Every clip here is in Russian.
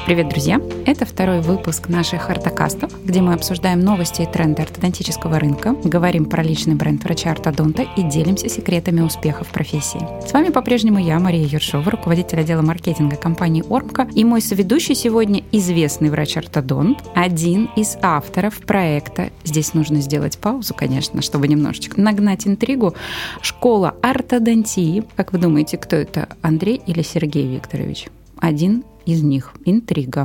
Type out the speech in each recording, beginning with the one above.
Привет, друзья! Это второй выпуск наших ортокастов, где мы обсуждаем новости и тренды ортодонтического рынка, говорим про личный бренд врача-ортодонта и делимся секретами успеха в профессии. С вами по-прежнему я, Мария Ершова, руководитель отдела маркетинга компании Ормка, и мой соведущий сегодня известный врач-ортодонт, один из авторов проекта, здесь нужно сделать паузу, конечно, чтобы немножечко нагнать интригу, школа ортодонтии. Как вы думаете, кто это, Андрей или Сергей Викторович? Один из них. Интрига.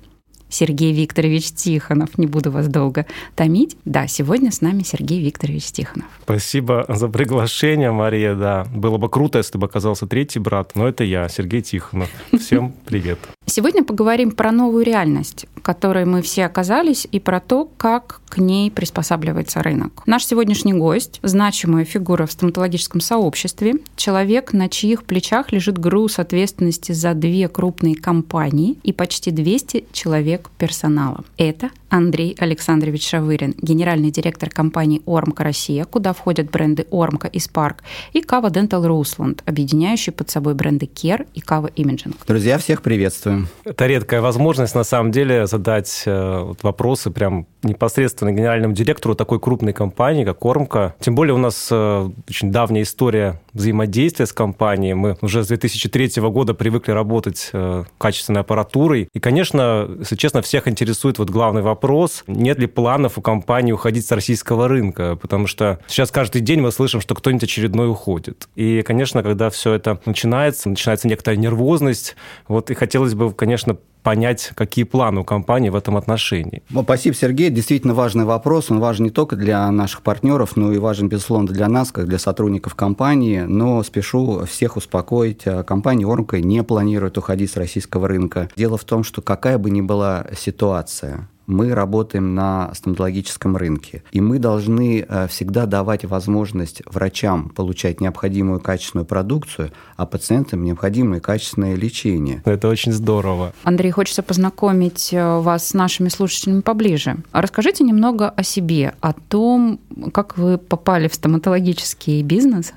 Сергей Викторович Тихонов. Не буду вас долго томить. Да, сегодня с нами Сергей Викторович Тихонов. Спасибо за приглашение, Мария. Да, было бы круто, если бы оказался третий брат, но это я, Сергей Тихонов. Всем привет. Сегодня поговорим про новую реальность, в которой мы все оказались, и про то, как к ней приспосабливается рынок. Наш сегодняшний гость – значимая фигура в стоматологическом сообществе, человек, на чьих плечах лежит груз ответственности за 2 крупные компании и почти 200 человек персонала. Это Андрей Александрович Шавырин, генеральный директор компании Ормка Россия, куда входят бренды Ормка и Spark, и Кава Dental Rusland, объединяющие под собой бренды Care и Кава Imaging. Друзья, всех приветствую. Это редкая возможность, на самом деле, задать вопросы прям непосредственно генеральному директору такой крупной компании, как Ормка. Тем более у нас очень давняя история взаимодействия с компанией. Мы уже с 2003 года привыкли работать качественной аппаратурой. И, конечно, если честно, всех интересует вот главный вопрос, нет ли планов у компании уходить с российского рынка, потому что сейчас каждый день мы слышим, что кто-нибудь очередной уходит. И, конечно, когда все это начинается некоторая нервозность, вот, и хотелось бы, конечно, понять, какие планы у компании в этом отношении. Спасибо, Сергей. Действительно важный вопрос. Он важен не только для наших партнеров, но и важен, безусловно, для нас, как для сотрудников компании. Но спешу всех успокоить. Компания Ормка не планирует уходить с российского рынка. Дело в том, что какая бы ни была ситуация, мы работаем на стоматологическом рынке, и мы должны всегда давать возможность врачам получать необходимую качественную продукцию, а пациентам необходимое качественное лечение. Это очень здорово. Андрей, хочется познакомить вас с нашими слушателями поближе. Расскажите немного о себе, о том, как вы попали в стоматологический бизнес.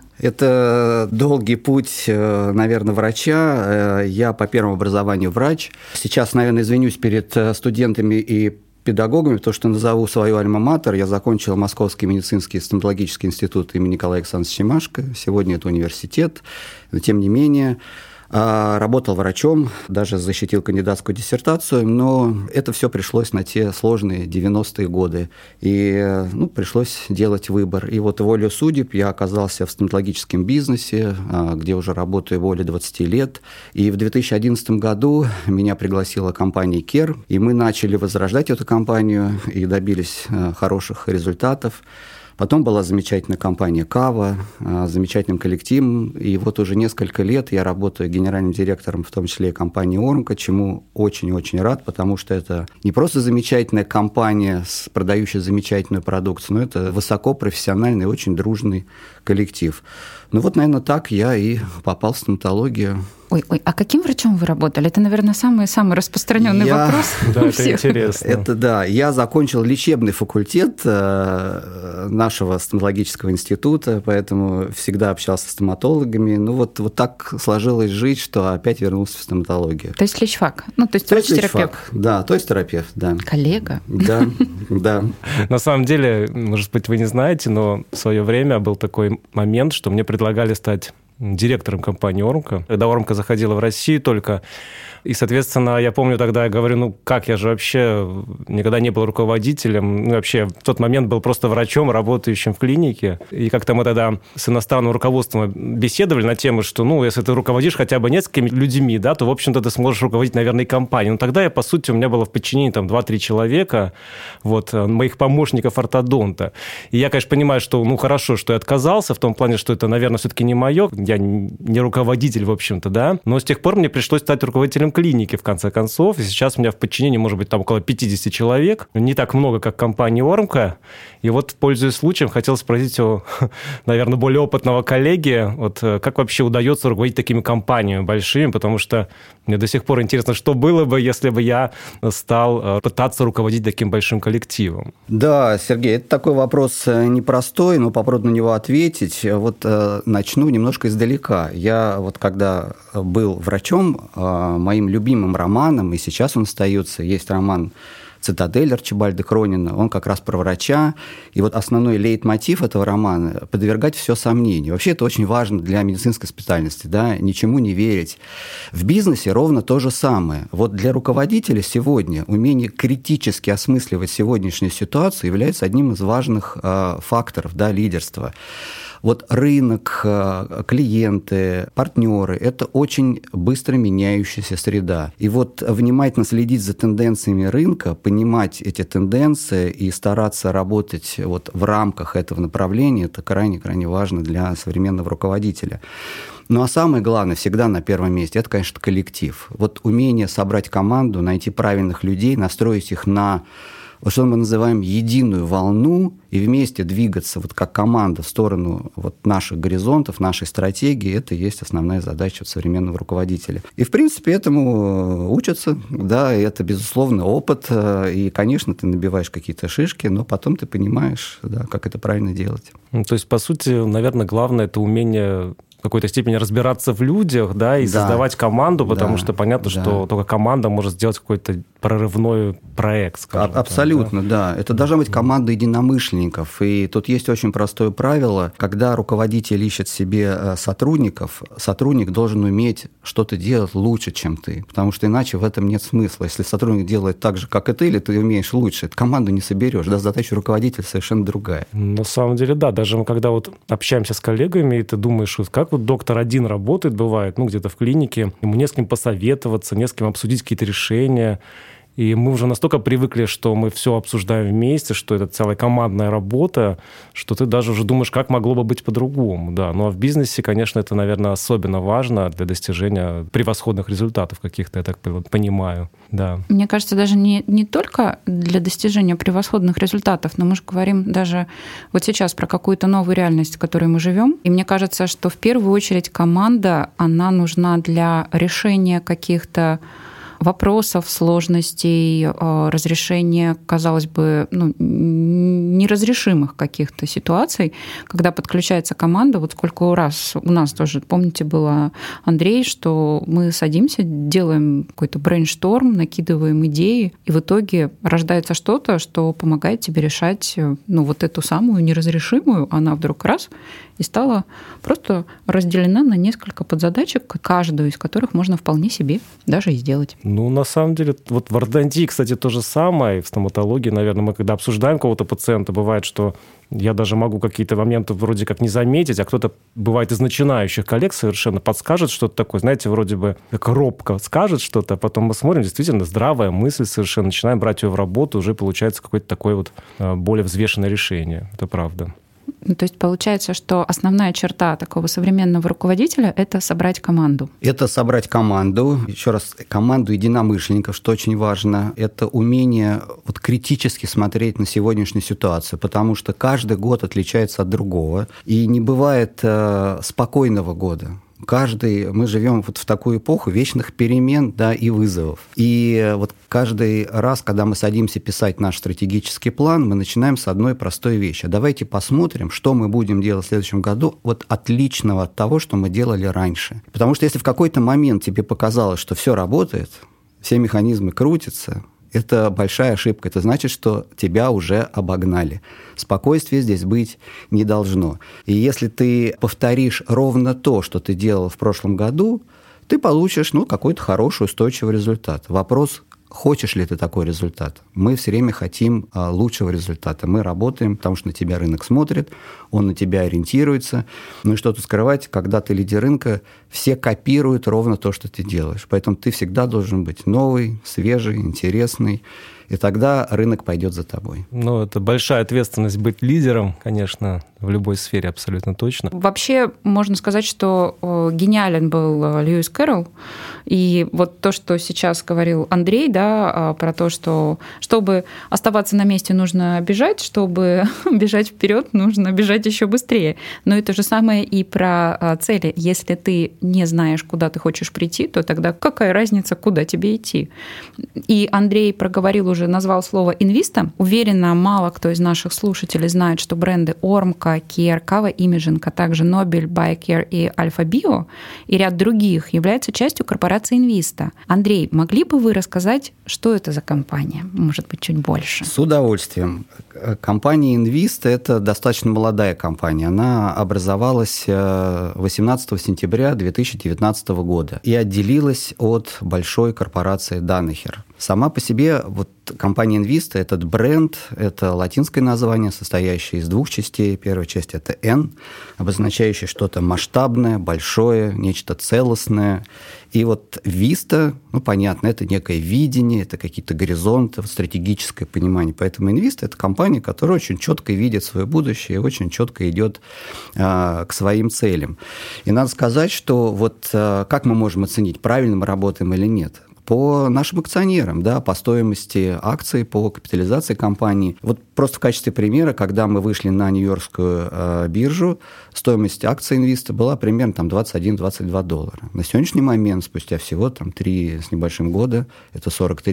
Это долгий путь, наверное, врача. Я по первому образованию врач. Сейчас, наверное, извинюсь перед студентами и педагогами, потому что назову свою альма-матер. Я закончил Московский медицинский стоматологический институт имени Николая Александровича Семашко. Сегодня это университет, но тем не менее работал врачом, даже защитил кандидатскую диссертацию, но это все пришлось на те сложные 90-е годы, и пришлось делать выбор. И вот волею судеб я оказался в стоматологическом бизнесе, где уже работаю более 20 лет, и в 2011 году меня пригласила компания Care, и мы начали возрождать эту компанию и добились хороших результатов. Потом была замечательная компания «Кава», замечательным коллективом, и вот уже несколько лет я работаю генеральным директором, в том числе и компании «Ормка», чему очень-очень рад, потому что это не просто замечательная компания, продающая замечательную продукцию, но это высокопрофессиональный, очень дружный коллектив. Наверное, так я и попал в стоматологию. Ой, а каким врачом вы работали? Это, наверное, самый распространенный вопрос. Да, это интересно. Это да. Я закончил лечебный факультет нашего стоматологического института, поэтому всегда общался с стоматологами. Вот так сложилась жизнь, что опять вернулся в стоматологию. То есть лечфак? То есть врач-терапевт? Да, то есть терапевт, да. Коллега? Да. На самом деле, может быть, вы не знаете, но в свое время был такой момент, что мне предлагали стать директором компании Ормка. Когда Ормка заходила в Россию только, и, соответственно, я помню тогда, я говорю, как, я же вообще никогда не был руководителем, вообще в тот момент был просто врачом, работающим в клинике. И как-то мы тогда с иностранным руководством беседовали на тему, что, если ты руководишь хотя бы несколькими людьми, да, то, в общем-то, ты сможешь руководить, наверное, и компанией. Но тогда по сути, у меня было в подчинении 2-3 человека, моих помощников ортодонта. И я, конечно, понимаю, что, хорошо, что я отказался, в том плане, что это, наверное, все-таки не мое, я не руководитель, в общем-то, да, но с тех пор мне пришлось стать руководителем клиники, в конце концов, и сейчас у меня в подчинении, может быть, около 50 человек, не так много, как компания Ормка, и пользуясь случаем, хотел спросить у, наверное, более опытного коллеги, как вообще удается руководить такими компаниями большими, потому что мне до сих пор интересно, что было бы, если бы я стал пытаться руководить таким большим коллективом. Да, Сергей, это такой вопрос непростой, но попробую на него ответить. Начну немножко издалека. Я когда был врачом, мои моим любимым романом, и сейчас он остается, есть роман «Цитадель» Арчибальда Кронина, он как раз про врача. И вот основной лейтмотив этого романа – подвергать все сомнению. Вообще это очень важно для медицинской специальности, да, ничему не верить. В бизнесе ровно то же самое. Вот для руководителя сегодня умение критически осмысливать сегодняшнюю ситуацию является одним из важных факторов, да, лидерства. Вот рынок, клиенты, партнеры – это очень быстро меняющаяся среда. И вот внимательно следить за тенденциями рынка, понимать эти тенденции и стараться работать вот в рамках этого направления – это крайне-крайне важно для современного руководителя. Ну, а самое главное, всегда на первом месте – это, конечно, коллектив. Вот умение собрать команду, найти правильных людей, настроить их на вот что мы называем единую волну и вместе двигаться вот как команда в сторону вот наших горизонтов, нашей стратегии, это и есть основная задача современного руководителя. И, в принципе, этому учатся, да, и это, безусловно, опыт, и, конечно, ты набиваешь какие-то шишки, но потом ты понимаешь, да, как это правильно делать. То есть, по сути, наверное, главное – это умение в какой-то степени разбираться в людях, да, и создавать команду, потому что понятно, что только команда может сделать какой-то прорывной проект, скажем так. Абсолютно, да. Это должна быть команда единомышленников. И тут есть очень простое правило. Когда руководитель ищет себе сотрудников, сотрудник должен уметь что-то делать лучше, чем ты. Потому что иначе в этом нет смысла. Если сотрудник делает так же, как и ты, или ты умеешь лучше, эту команду не соберешь. Да, задача руководителя совершенно другая. На самом деле, да. Даже мы когда вот общаемся с коллегами, и ты думаешь, вот как вот доктор один работает, бывает, ну, где-то в клинике, ему не с кем посоветоваться, не с кем обсудить какие-то решения. И мы уже настолько привыкли, что мы все обсуждаем вместе, что это целая командная работа, что ты даже уже думаешь, как могло бы быть по-другому. Да. Ну а в бизнесе, конечно, это, наверное, особенно важно для достижения превосходных результатов каких-то, я так понимаю. Да. Мне кажется, даже не только для достижения превосходных результатов, но мы же говорим даже вот сейчас про какую-то новую реальность, в которой мы живем. И мне кажется, что в первую очередь команда, она нужна для решения каких-то вопросов, сложностей, разрешения, казалось бы, неразрешимых каких-то ситуаций, когда подключается команда. Вот сколько раз у нас тоже, помните, было, Андрей, что мы садимся, делаем какой-то брейншторм, накидываем идеи, и в итоге рождается что-то, что помогает тебе решать вот эту самую неразрешимую, она вдруг раз и стала просто разделена на несколько подзадачек, каждую из которых можно вполне себе даже и сделать. Ну, на самом деле, вот в ортодонтии, кстати, то же самое, и в стоматологии, наверное, мы когда обсуждаем какого-то пациента, бывает, что я даже могу какие-то моменты вроде как не заметить, а кто-то, бывает, из начинающих коллег совершенно подскажет что-то такое, знаете, вроде бы как робко скажет что-то, а потом мы смотрим, действительно, здравая мысль совершенно, начинаем брать ее в работу, уже получается какое-то такое вот более взвешенное решение. Это правда. То есть получается, что основная черта такого современного руководителя – это собрать команду. Это собрать команду, еще раз, команду единомышленников, что очень важно. Это умение вот критически смотреть на сегодняшнюю ситуацию, потому что каждый год отличается от другого, и не бывает спокойного года. Мы живем вот в такую эпоху вечных перемен, да, и вызовов. И вот каждый раз, когда мы садимся писать наш стратегический план, мы начинаем с одной простой вещи. Давайте посмотрим, что мы будем делать в следующем году, вот отличного от того, что мы делали раньше. Потому что если в какой-то момент тебе показалось, что все работает, все механизмы крутятся, это большая ошибка. Это значит, что тебя уже обогнали. Спокойствия здесь быть не должно. И если ты повторишь ровно то, что ты делал в прошлом году, ты получишь какой-то хороший, устойчивый результат. Вопрос, хочешь ли ты такой результат? Мы все время хотим лучшего результата. Мы работаем, потому что на тебя рынок смотрит, он на тебя ориентируется. Ну и что тут скрывать, когда ты лидер рынка, все копируют ровно то, что ты делаешь. Поэтому ты всегда должен быть новый, свежий, интересный. И тогда рынок пойдет за тобой. Ну, это большая ответственность быть лидером, конечно, в любой сфере абсолютно точно. Вообще, можно сказать, что гениален был Льюис Кэрролл. И вот то, что сейчас говорил Андрей, да, про то, что чтобы оставаться на месте, нужно бежать, чтобы бежать вперед, нужно бежать еще быстрее. Но это же самое и про цели. Если ты не знаешь, куда ты хочешь прийти, то тогда какая разница, куда тебе идти? И Андрей проговорил уже уже назвал слово «инвиста». Уверена, мало кто из наших слушателей знает, что бренды Ормка, Care, Кава Imaging, а также Nobel, BioCare и Альфа Био и ряд других являются частью корпорации «Инвиста». Андрей, могли бы вы рассказать, что это за компания? Может быть, чуть больше. С удовольствием. Компания «Инвиста» – это достаточно молодая компания. Она образовалась 18 сентября 2019 года и отделилась от большой корпорации Даннехер. Сама по себе вот компания «Инвиста» – этот бренд, это латинское название, состоящее из двух частей. Первая часть – это «N», обозначающая что-то масштабное, большое, нечто целостное. И вот «Виста», ну, понятно, это некое видение, это какие-то горизонты, стратегическое понимание. Поэтому «Инвиста» – это компания, которая очень четко видит свое будущее и очень четко идет к своим целям. И надо сказать, что вот как мы можем оценить, правильно мы работаем или нет? По нашим акционерам, да, по стоимости акций, по капитализации компании. Вот просто в качестве примера, когда мы вышли на Нью-Йоркскую биржу, стоимость акций «Инвиста» была примерно там, $21-22. На сегодняшний момент, спустя всего там, 3 с небольшим года, это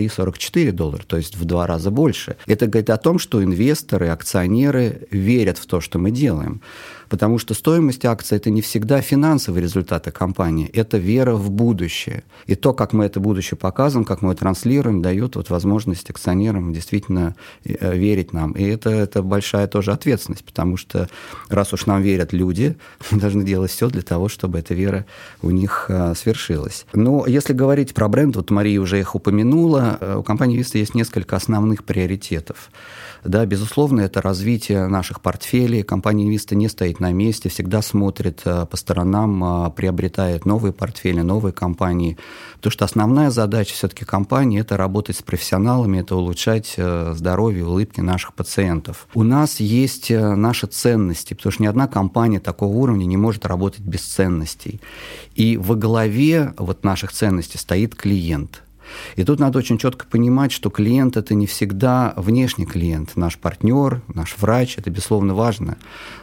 $43-44, то есть в 2 раза больше. Это говорит о том, что инвесторы, акционеры верят в то, что мы делаем. Потому что стоимость акций – это не всегда финансовые результаты компании, это вера в будущее. И то, как мы это будущее показываем, как мы его транслируем, дает вот возможность акционерам действительно верить нам. И это большая тоже ответственность, потому что раз уж нам верят люди, мы должны делать все для того, чтобы эта вера у них свершилась. Но если говорить про бренд, вот Мария уже их упомянула, у компании «Виста» есть несколько основных приоритетов. Да, безусловно, это развитие наших портфелей. Компания «Инвиста» не стоит на месте, всегда смотрит по сторонам, приобретает новые портфели, новые компании. Потому что основная задача все-таки компании – это работать с профессионалами, это улучшать здоровье, улыбки наших пациентов. У нас есть наши ценности, потому что ни одна компания такого уровня не может работать без ценностей. И во главе вот наших ценностей стоит клиент. И тут надо очень четко понимать, что клиент – это не всегда внешний клиент, наш партнер, наш врач, это, безусловно, важно,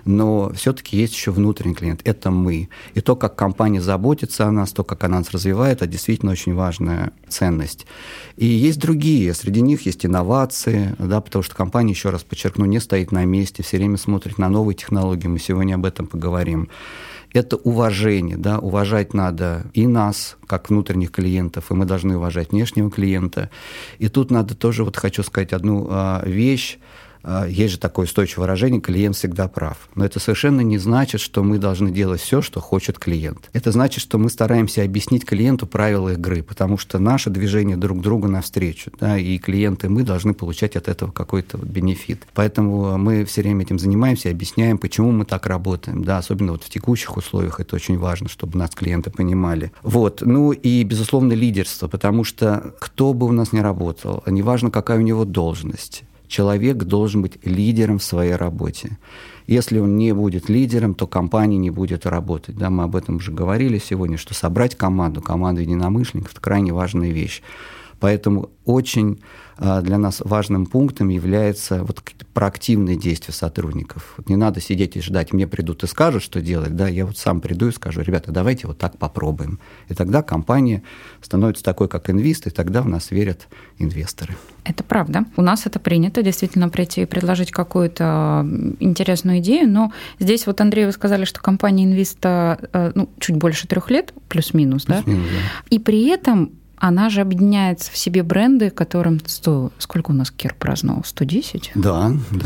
но все-таки есть еще внутренний клиент – это мы. И то, как компания заботится о нас, то, как она нас развивает, это действительно очень важная ценность. И есть другие, среди них есть инновации, да, потому что компания, еще раз подчеркну, не стоит на месте, все время смотрит на новые технологии, мы сегодня об этом поговорим. Это уважение, да, уважать надо и нас, как внутренних клиентов, и мы должны уважать внешнего клиента. И тут надо тоже, вот хочу сказать одну вещь. Есть же такое устойчивое выражение «клиент всегда прав». Но это совершенно не значит, что мы должны делать все, что хочет клиент. Это значит, что мы стараемся объяснить клиенту правила игры, потому что наше движение друг другу навстречу, да, и клиенты, мы должны получать от этого какой-то вот бенефит. Поэтому мы все время этим занимаемся, объясняем, почему мы так работаем. Да, особенно вот в текущих условиях это очень важно, чтобы нас клиенты понимали. Вот. Ну и, безусловно, лидерство, потому что кто бы у нас ни работал, неважно, какая у него должность, человек должен быть лидером в своей работе. Если он не будет лидером, то компания не будет работать. Да, мы об этом уже говорили сегодня, что собрать команду единомышленников – это крайне важная вещь. Поэтому очень для нас важным пунктом является вот проактивные действия сотрудников. Не надо сидеть и ждать, мне придут и скажут, что делать. Да, я вот сам приду и скажу: ребята, давайте вот так попробуем. И тогда компания становится такой, как «Инвист», и тогда в нас верят инвесторы. Это правда. У нас это принято, действительно, прийти и предложить какую-то интересную идею. Но здесь вот, Андрей, вы сказали, что компания «Инвиста» чуть больше 3 лет, плюс-минус, да? Да. И при этом она же объединяется в себе бренды, которым сколько у нас Care праздновал? 110? Да.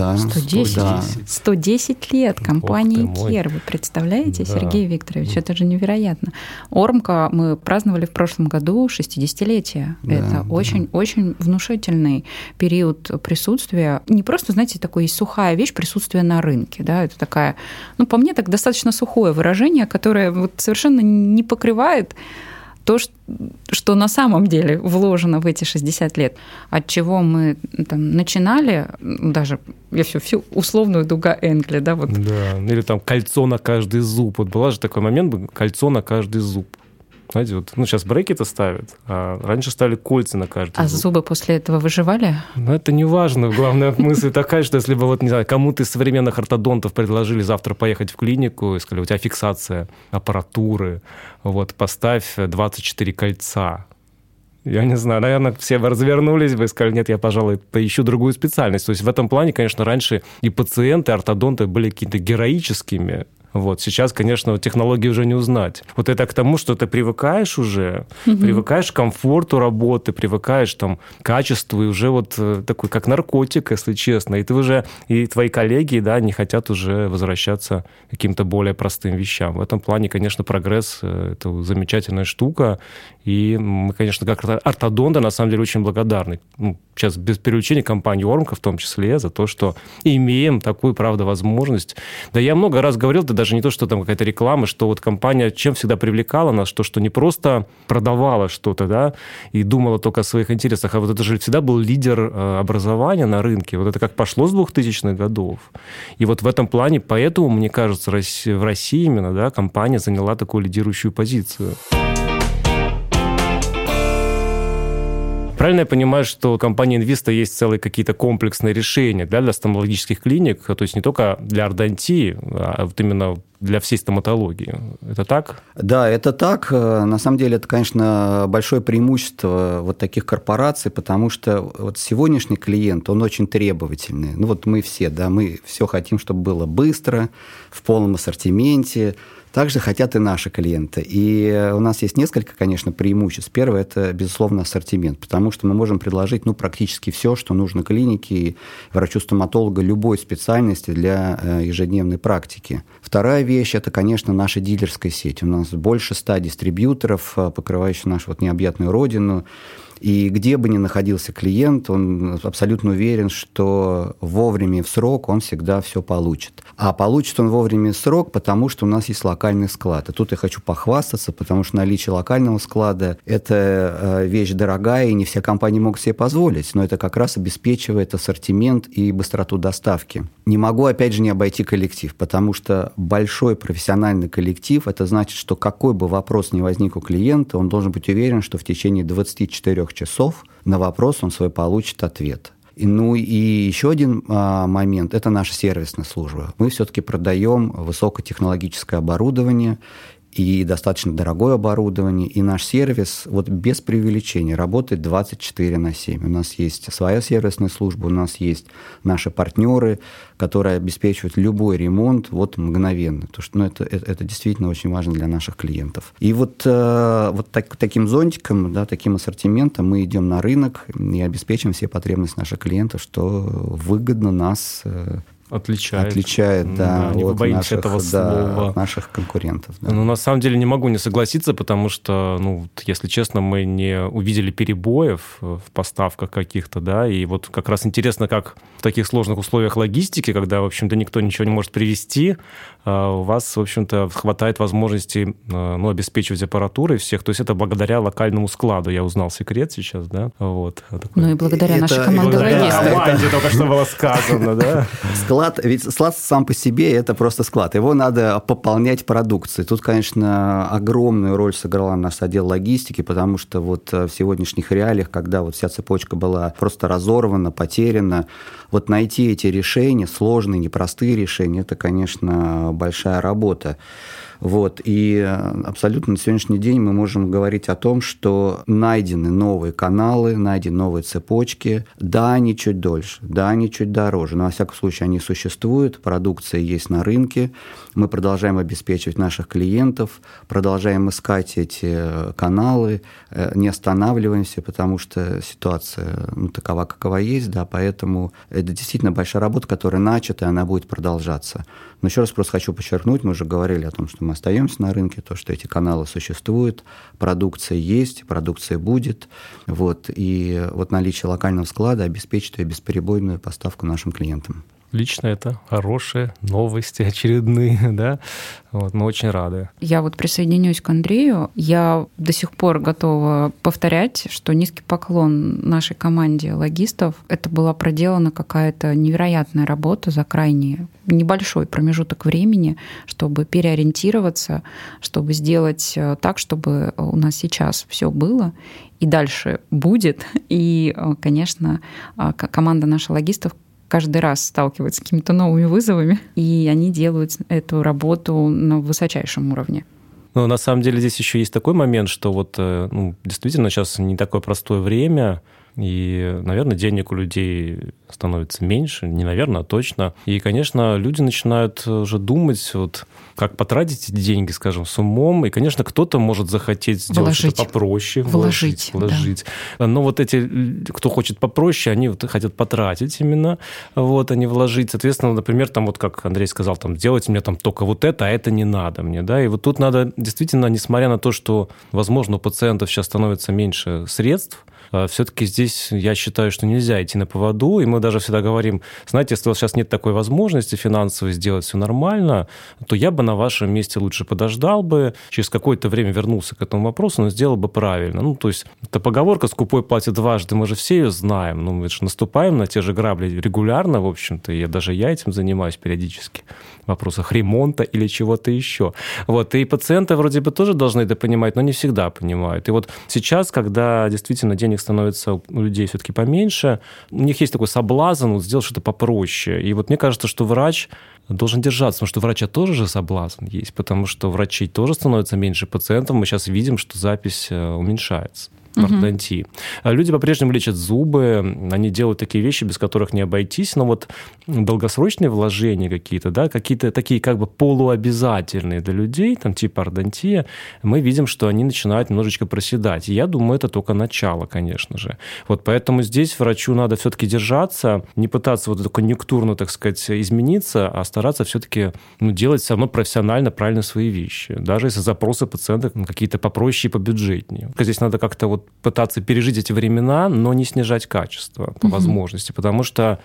110. Да. 110 лет компании Care. Вы представляете, да. Сергей Викторович? Это же невероятно. Ормка мы праздновали в прошлом году 60-летие. Да, это очень внушительный период присутствия. Не просто, знаете, такой сухая вещь присутствия на рынке. Да? Это такая, по мне, так достаточно сухое выражение, которое вот совершенно не покрывает то, что на самом деле вложено в эти 60 лет, от чего мы там начинали, даже всю условную дуга Энгли, да, вот. Да, или там кольцо на каждый зуб. Вот была же такой момент, кольцо на каждый зуб. Знаете, вот, сейчас брекеты ставят, а раньше ставили кольца на каждый зуб. А зубы после этого выживали? Это не важно. Главная мысль такая, что если бы, не знаю, кому-то из современных ортодонтов предложили завтра поехать в клинику и сказали: у тебя фиксация аппаратуры, поставь 24 кольца. я не знаю, наверное, все бы развернулись бы и сказали, нет, я, пожалуй, поищу другую специальность. То есть в этом плане, конечно, раньше и пациенты, и ортодонты были какими-то героическими. Вот. Сейчас, конечно, технологии уже не узнать. Вот это к тому, что ты привыкаешь уже, привыкаешь к комфорту работы, привыкаешь там, к качеству, и уже вот такой, как наркотик, если честно. И ты уже, и твои коллеги, да, не хотят уже возвращаться к каким-то более простым вещам. В этом плане, конечно, прогресс – это замечательная штука. И мы, конечно, как ортодонты, на самом деле, очень благодарны. Сейчас без переучения компании Ормка, в том числе, за то, что имеем такую, правда, возможность. Да я много раз говорил, да даже не то, что там какая-то реклама, что вот компания чем всегда привлекала нас, что не просто продавала что-то, да, и думала только о своих интересах, а вот это же всегда был лидер образования на рынке. Вот это как пошло с 2000-х годов. И вот в этом плане, поэтому, мне кажется, в России именно, да, компания заняла такую лидирующую позицию. Правильно я понимаю, что у компании Инвиста есть целые какие-то комплексные решения, да, для стоматологических клиник, то есть не только для ордонтии, а вот именно для всей стоматологии. Это так? Да, это так. На самом деле, это, конечно, большое преимущество вот таких корпораций, потому что вот сегодняшний клиент, он очень требовательный. Ну вот мы все, да, мы все хотим, чтобы было быстро, в полном ассортименте. Также хотят и наши клиенты. И у нас есть несколько, конечно, преимуществ. Первое – это, безусловно, ассортимент, потому что мы можем предложить практически все, что нужно клинике и врачу-стоматолога любой специальности для ежедневной практики. Вторая вещь – это, конечно, наша дилерская сеть. У нас больше 100 дистрибьюторов, покрывающих нашу вот необъятную родину. И где бы ни находился клиент, он абсолютно уверен, что вовремя и в срок он всегда все получит. А получит он вовремя и в срок, потому что у нас есть локальный склад. И тут я хочу похвастаться, потому что наличие локального склада – это вещь дорогая, и не все компании могут себе позволить, но это как раз обеспечивает ассортимент и быстроту доставки. Не могу, опять же, не обойти коллектив, потому что большой профессиональный коллектив – это значит, что какой бы вопрос ни возник у клиента, он должен быть уверен, что в течение 24 часов на вопрос он свой получит ответ. И еще один момент – это наша сервисная служба. Мы все-таки продаем высокотехнологическое оборудование и достаточно дорогое оборудование, и наш сервис, вот без преувеличения, работает 24/7. У нас есть своя сервисная служба, у нас есть наши партнеры, которые обеспечивают любой ремонт мгновенно, потому что это действительно очень важно для наших клиентов. И таким зонтиком, да, таким ассортиментом мы идем на рынок и обеспечим все потребности наших клиентов, что выгодно нас Отличает, да, не от побоимся этого слова. От наших конкурентов. Да. На самом деле не могу не согласиться, потому что, если честно, мы не увидели перебоев в поставках каких-то, да, и вот как раз интересно, как в таких сложных условиях логистики, когда, в общем-то, никто ничего не может привезти, у вас, в общем-то, хватает возможности обеспечивать аппаратурой всех, то есть это благодаря локальному складу, я узнал секрет сейчас, да, вот. И благодаря нашей команде логистов. Команде только что было сказано, да. Ведь склад сам по себе – это просто склад. Его надо пополнять продукцией. Тут, конечно, огромную роль сыграла наш отдел логистики, потому что в сегодняшних реалиях, когда вся цепочка была просто разорвана, потеряна, найти эти решения, сложные, непростые решения – это, конечно, большая работа. И абсолютно на сегодняшний день мы можем говорить о том, что найдены новые каналы, найдены новые цепочки. Да, они чуть дольше, да, они чуть дороже, но, во всяком случае, они существуют, продукция есть на рынке, мы продолжаем обеспечивать наших клиентов, продолжаем искать эти каналы, не останавливаемся, потому что ситуация такова, какова есть, да, поэтому это действительно большая работа, которая начата, и она будет продолжаться. Но еще раз просто хочу подчеркнуть, мы уже говорили о том, что мы остаемся на рынке, то, что эти каналы существуют, продукция есть, продукция будет, и наличие локального склада обеспечит ее бесперебойную поставку нашим клиентам. Лично это хорошие новости очередные, да? Мы очень рады. Я присоединюсь к Андрею. Я до сих пор готова повторять, что низкий поклон нашей команде логистов. Это была проделана какая-то невероятная работа за крайне небольшой промежуток времени, чтобы переориентироваться, чтобы сделать так, чтобы у нас сейчас все было и дальше будет. И, конечно, команда наших логистов каждый раз сталкиваются с какими-то новыми вызовами, и они делают эту работу на высочайшем уровне. Но на самом деле здесь еще есть такой момент, что вот действительно сейчас не такое простое время, и, наверное, денег у людей становится меньше, не наверное, а точно. И, конечно, люди начинают уже думать, вот, как потратить эти деньги, скажем, с умом. И, конечно, кто-то может захотеть сделать что-то попроще. Вложить. Да. Но вот эти, кто хочет попроще, они вот хотят потратить именно, вот, а не вложить. Соответственно, например, там, вот как Андрей сказал, там, делать мне там только вот это, а это не надо мне. Да? И вот тут надо действительно, несмотря на то, что, возможно, у пациентов сейчас становится меньше средств, все-таки здесь я считаю, что нельзя идти на поводу, и мы даже всегда говорим, знаете, если у вас сейчас нет такой возможности финансовой сделать все нормально, то я бы на вашем месте лучше подождал бы, через какое-то время вернулся к этому вопросу, но сделал бы правильно. Ну, то есть, эта поговорка «скупой платит дважды», мы же все ее знаем, ну, мы же наступаем на те же грабли регулярно, в общем-то, и даже я этим занимаюсь периодически, в вопросах ремонта или чего-то еще. Вот, и пациенты вроде бы тоже должны это понимать, но не всегда понимают. И вот сейчас, когда действительно денег становится у людей все-таки поменьше, у них есть такой соблазн вот, сделать что-то попроще. И вот мне кажется, что врач должен держаться, потому что у врача тоже же соблазн есть, потому что врачей тоже становится меньше пациентов. Мы сейчас видим, что запись уменьшается. Ортодонтии. Люди по-прежнему лечат зубы, они делают такие вещи, без которых не обойтись, но вот долгосрочные вложения какие-то, да, какие-то такие как бы полуобязательные для людей, там типа ортодонтия, мы видим, что они начинают немножечко проседать. И я думаю, это только начало, конечно же. Вот поэтому здесь врачу надо все-таки держаться, не пытаться вот конъюнктурно, так сказать, измениться, а стараться все-таки делать все равно профессионально правильно свои вещи, даже если запросы пациента какие-то попроще и побюджетнее. Здесь надо как-то вот пытаться пережить эти времена, но не снижать качество по возможности, потому что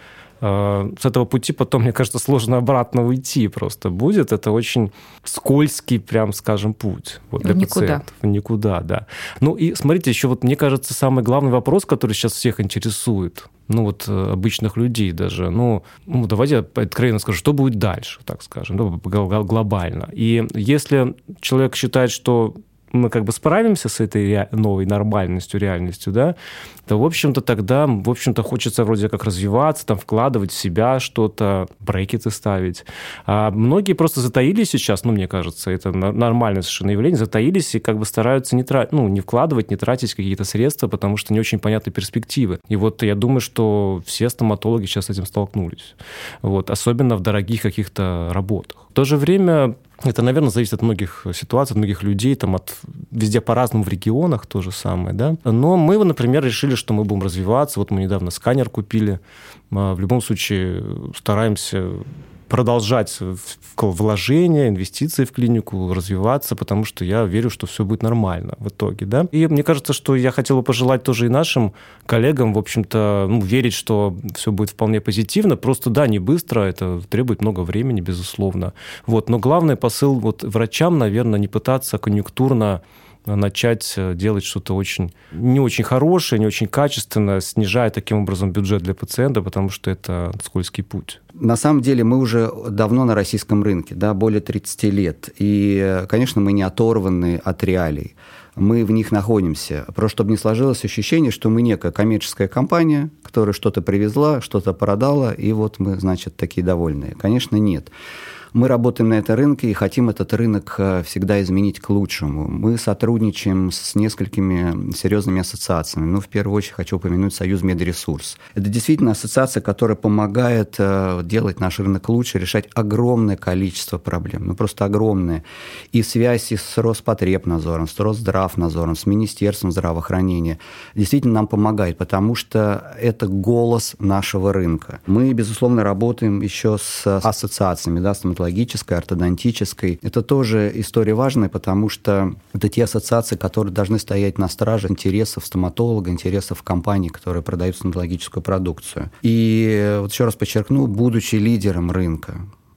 с этого пути потом, мне кажется, сложно обратно уйти просто будет. Это очень скользкий, прям скажем, путь вот, для пациентов. Никуда, да. Ну и смотрите, еще вот, мне кажется, самый главный вопрос, который сейчас всех интересует, ну вот обычных людей даже, давайте я откровенно скажу, что будет дальше, так скажем, глобально. И если человек считает, что мы как бы справимся с этой новой нормальностью, реальностью, да, то, в общем-то, тогда, хочется вроде как развиваться, там, вкладывать в себя что-то, брекеты ставить. А многие просто затаились сейчас, мне кажется, это нормальное совершенно явление, затаились и как бы стараются не вкладывать, не тратить какие-то средства, потому что не очень понятны перспективы. И вот я думаю, что все стоматологи сейчас с этим столкнулись. Вот, особенно в дорогих каких-то работах. В то же время это, наверное, зависит от многих ситуаций, от многих людей, там, везде по-разному в регионах то же самое, да. Но мы, например, решили, что мы будем развиваться. Вот мы недавно сканер купили. В любом случае стараемся продолжать вложения, инвестиции в клинику, развиваться, потому что я верю, что все будет нормально в итоге, да. И мне кажется, что я хотел бы пожелать тоже и нашим коллегам, в общем-то, верить, что все будет вполне позитивно. Просто, да, не быстро, это требует много времени, безусловно. Вот. Но главный посыл вот врачам, наверное, не пытаться конъюнктурно начать делать что-то не очень хорошее, не очень качественное, снижая таким образом бюджет для пациента, потому что это скользкий путь. На самом деле мы уже давно на российском рынке, да, более 30 лет. И, конечно, мы не оторваны от реалий. Мы в них находимся. Просто чтобы не сложилось ощущение, что мы некая коммерческая компания, которая что-то привезла, что-то продала, и вот мы, значит, такие довольные. Конечно, нет. Мы работаем на этом рынке и хотим этот рынок всегда изменить к лучшему. Мы сотрудничаем с несколькими серьезными ассоциациями. В первую очередь хочу упомянуть Союз Медресурс. Это действительно ассоциация, которая помогает делать наш рынок лучше, решать огромное количество проблем. Просто огромное. И в связи с Роспотребнадзором, с Росздравнадзором, с Министерством здравоохранения действительно нам помогает, потому что это голос нашего рынка. Мы, безусловно, работаем еще с ассоциациями, да, стоматологической, ортодонтической. Это тоже история важная, потому что это те ассоциации, которые должны стоять на страже интересов стоматолога, интересов компаний, которые продают стоматологическую продукцию. И вот еще раз подчеркну, будучи лидером рынка,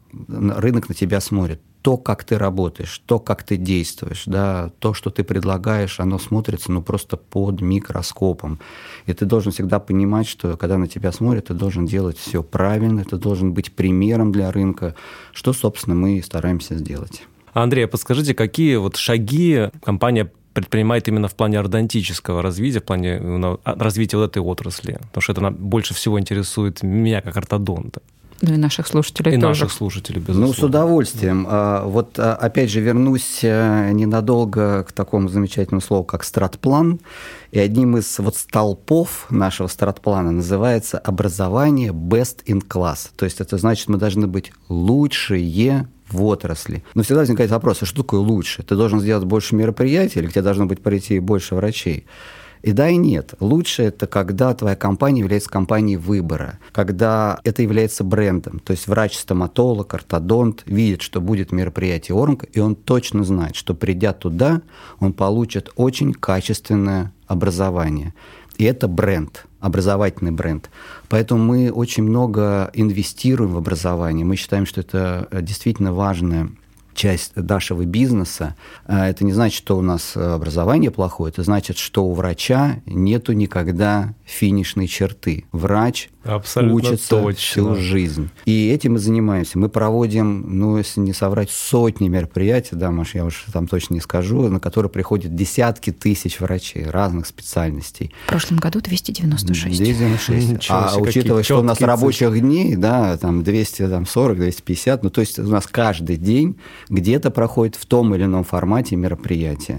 рынок на тебя смотрит. То, как ты работаешь, то, как ты действуешь, да, то, что ты предлагаешь, оно смотрится просто под микроскопом. И ты должен всегда понимать, что когда на тебя смотрят, ты должен делать все правильно, ты должен быть примером для рынка, что, собственно, мы и стараемся сделать. Андрей, подскажите, какие вот шаги компания предпринимает именно в плане ортодонтического развития, в плане развития вот этой отрасли? Потому что это больше всего интересует меня как ортодонта. Ну и наших слушателей и тоже. наших слушателей, безусловно. Ну, с удовольствием. Вот опять же вернусь ненадолго к такому замечательному слову, как стратплан. И одним из вот столпов нашего стратплана называется образование best in class. То есть это значит, мы должны быть лучшие в отрасли. Но всегда возникает вопрос, а что такое лучше? Ты должен сделать больше мероприятий или к тебе должно быть прийти больше врачей? И да, и нет. Лучше это когда твоя компания является компанией выбора, когда это является брендом. То есть врач-стоматолог, ортодонт видит, что будет мероприятие Ормка, и он точно знает, что придя туда, он получит очень качественное образование. И это бренд, образовательный бренд. Поэтому мы очень много инвестируем в образование. Мы считаем, что это действительно важная часть нашего бизнеса. Это не значит, что у нас образование плохое, это значит, что у врача нету никогда финишной черты. Врач абсолютно учится точно. всю жизнь. И этим мы занимаемся. Мы проводим, ну, если не соврать, сотни мероприятий, да, Маш, я уж там точно не скажу, на которые приходят десятки тысяч врачей разных специальностей. В прошлом году 296. 296. А учитывая, что у нас рабочих дней, да, там 240, 250, ну, то есть у нас каждый день где-то проходит в том или ином формате мероприятие.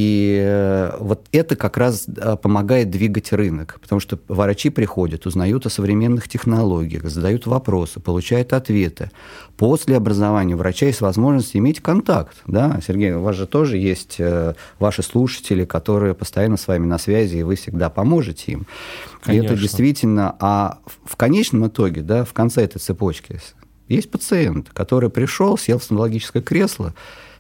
И вот это как раз помогает двигать рынок, потому что врачи приходят, узнают о современных технологиях, задают вопросы, получают ответы. После образования у врача есть возможность иметь контакт. Да? Сергей, у вас же тоже есть ваши слушатели, которые постоянно с вами на связи, и вы всегда поможете им. Конечно. И это действительно... А в конечном итоге, да, в конце этой цепочки есть пациент, который пришел, сел в стоматологическое кресло,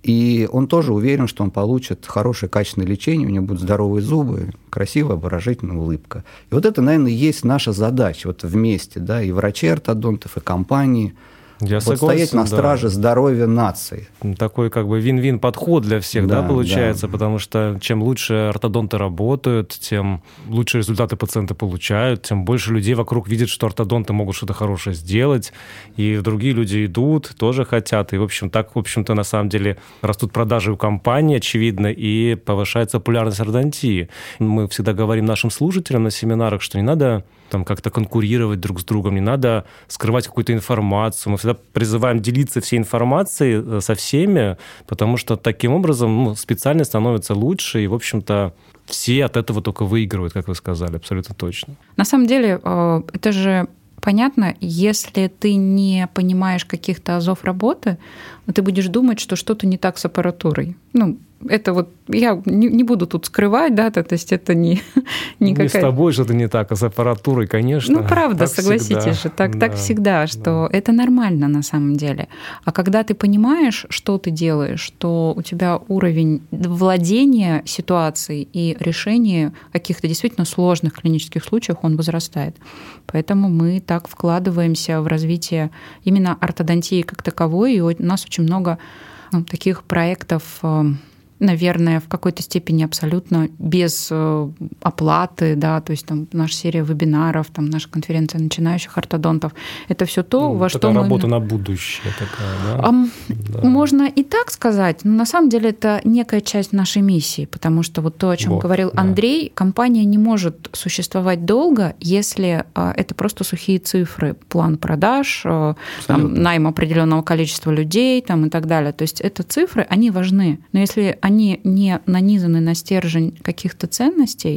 и он тоже уверен, что он получит хорошее, качественное лечение, у него будут здоровые зубы, красивая, обворожительная улыбка. И вот это, наверное, и есть наша задача, вот вместе, да, и врачей, ортодонтов, и компании, я вот согласен, стоять на страже здоровья нации. Такой как бы вин-вин подход для всех, да, получается, потому что чем лучше ортодонты работают, тем лучше результаты пациенты получают, тем больше людей вокруг видят, что ортодонты могут что-то хорошее сделать, и другие люди идут, тоже хотят, и, в общем, так, в общем-то, на самом деле растут продажи у компании, очевидно, и повышается популярность ортодонтии. Мы всегда говорим нашим слушателям на семинарах, что не надо там как-то конкурировать друг с другом, не надо скрывать какую-то информацию. Мы всегда призываем делиться всей информацией со всеми, потому что таким образом специальность становится лучше, и, в общем-то, все от этого только выигрывают, как вы сказали, абсолютно точно. На самом деле, это же понятно, если ты не понимаешь каких-то азов работы, ты будешь думать, что что-то не так с аппаратурой. Ну, это вот я не буду тут скрывать, да, то есть это не какая-то... Не с тобой что-то не так, а с аппаратурой, конечно. Ну, правда, согласитесь же, так всегда, что это нормально на самом деле. А когда ты понимаешь, что ты делаешь, что у тебя уровень владения ситуацией и решения каких-то действительно сложных клинических случаев, он возрастает. Поэтому мы так вкладываемся в развитие именно ортодонтии как таковой, и у нас очень много таких проектов, наверное, в какой-то степени абсолютно без оплаты, да, то есть там наша серия вебинаров, там наша конференция начинающих ортодонтов, это все то, во что мы... работа на будущее такая, да? Можно и так сказать, но на самом деле это некая часть нашей миссии, потому что вот то, о чем говорил Андрей, компания не может существовать долго, если это просто сухие цифры, план продаж, там, найм определенного количества людей там, и так далее. То есть это цифры, они важны, но если они не нанизаны на стержень каких-то ценностей,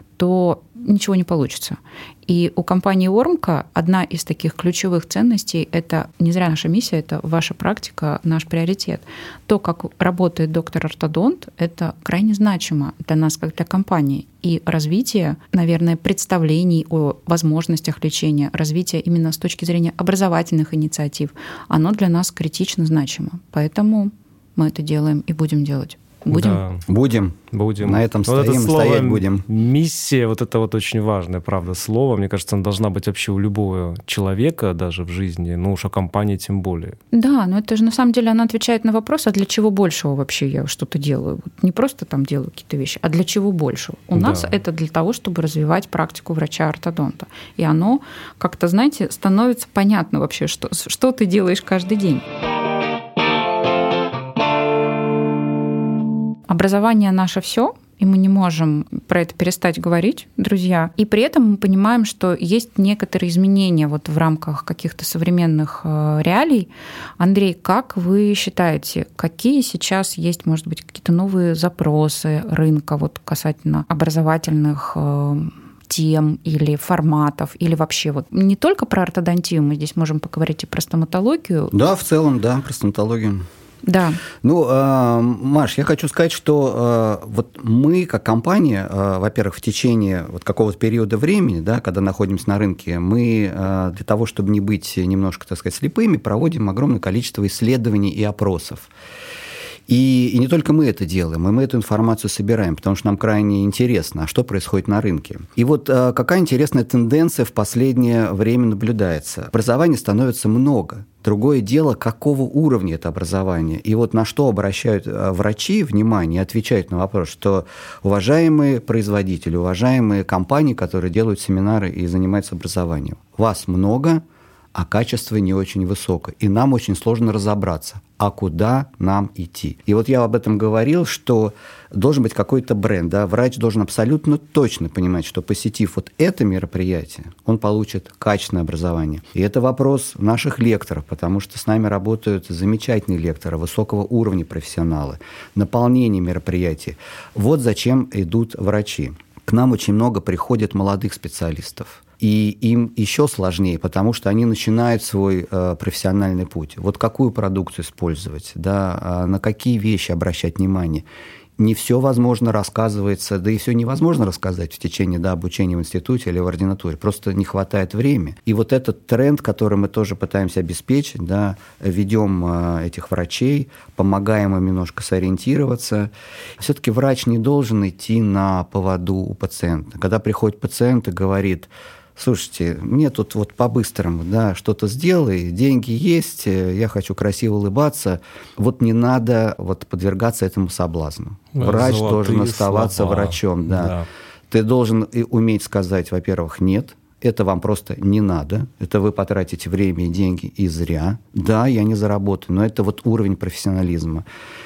то ничего не получится. И у компании Ормка одна из таких ключевых ценностей – это не зря наша миссия, это ваша практика, наш приоритет. То, как работает доктор-ортодонт, это крайне значимо для нас, как для компании. И развитие, наверное, представлений о возможностях лечения, развитие именно с точки зрения образовательных инициатив, оно для нас критично значимо. Поэтому мы это делаем и будем делать. Будем? Да. Будем. На этом стоим и стоять будем. Миссия, вот это вот очень важное, правда, слово. Мне кажется, она должна быть вообще у любого человека даже в жизни, ну уж о компании тем более. Да, но это же на самом деле она отвечает на вопрос, а для чего большего вообще я что-то делаю? Вот не просто там делаю какие-то вещи, а для чего большего? У нас это для того, чтобы развивать практику врача-ортодонта. И оно как-то, знаете, становится понятно вообще, что ты делаешь каждый день. Образование наше все, и мы не можем про это перестать говорить, друзья. И при этом мы понимаем, что есть некоторые изменения вот в рамках каких-то современных реалий. Андрей, как вы считаете, какие сейчас есть, может быть, какие-то новые запросы рынка вот касательно образовательных тем или форматов, или вообще вот не только про ортодонтию, мы здесь можем поговорить и про стоматологию. Да, в целом, да, про стоматологию. Да. Ну, Маш, я хочу сказать, что вот мы, как компания, во-первых, в течение вот какого-то периода времени, да, когда находимся на рынке, мы для того, чтобы не быть немножко, так сказать, слепыми, проводим огромное количество исследований и опросов. И не только мы это делаем, и мы эту информацию собираем, потому что нам крайне интересно, а что происходит на рынке. И вот какая интересная тенденция в последнее время наблюдается. Образования становится много. Другое дело, какого уровня это образование. И вот на что обращают врачи внимание, отвечают на вопрос, что уважаемые производители, уважаемые компании, которые делают семинары и занимаются образованием, вас много, а качество не очень высокое. И нам очень сложно разобраться, а куда нам идти. И вот я об этом говорил, что должен быть какой-то бренд. Да? Врач должен абсолютно точно понимать, что посетив вот это мероприятие, он получит качественное образование. И это вопрос наших лекторов, потому что с нами работают замечательные лекторы, высокого уровня профессионалы, наполнение мероприятий. Вот зачем идут врачи. К нам очень много приходит молодых специалистов. И им еще сложнее, потому что они начинают свой профессиональный путь. Вот какую продукцию использовать, да, на какие вещи обращать внимание. Не все возможно рассказывается, да и все невозможно рассказать в течение обучения в институте или в ординатуре. Просто не хватает времени. И вот этот тренд, который мы тоже пытаемся обеспечить, да, ведем этих врачей, помогаем им немножко сориентироваться. Все-таки врач не должен идти на поводу у пациента. Когда приходит пациент и говорит: слушайте, мне тут вот по-быстрому, да, что-то сделай, деньги есть, я хочу красиво улыбаться. Вот не надо вот подвергаться этому соблазну. Врач должен оставаться врачом. Да. Ты должен уметь сказать, во-первых, нет, это вам просто не надо, это вы потратите время и деньги и зря. Да, я не заработаю, но это вот уровень профессионализма.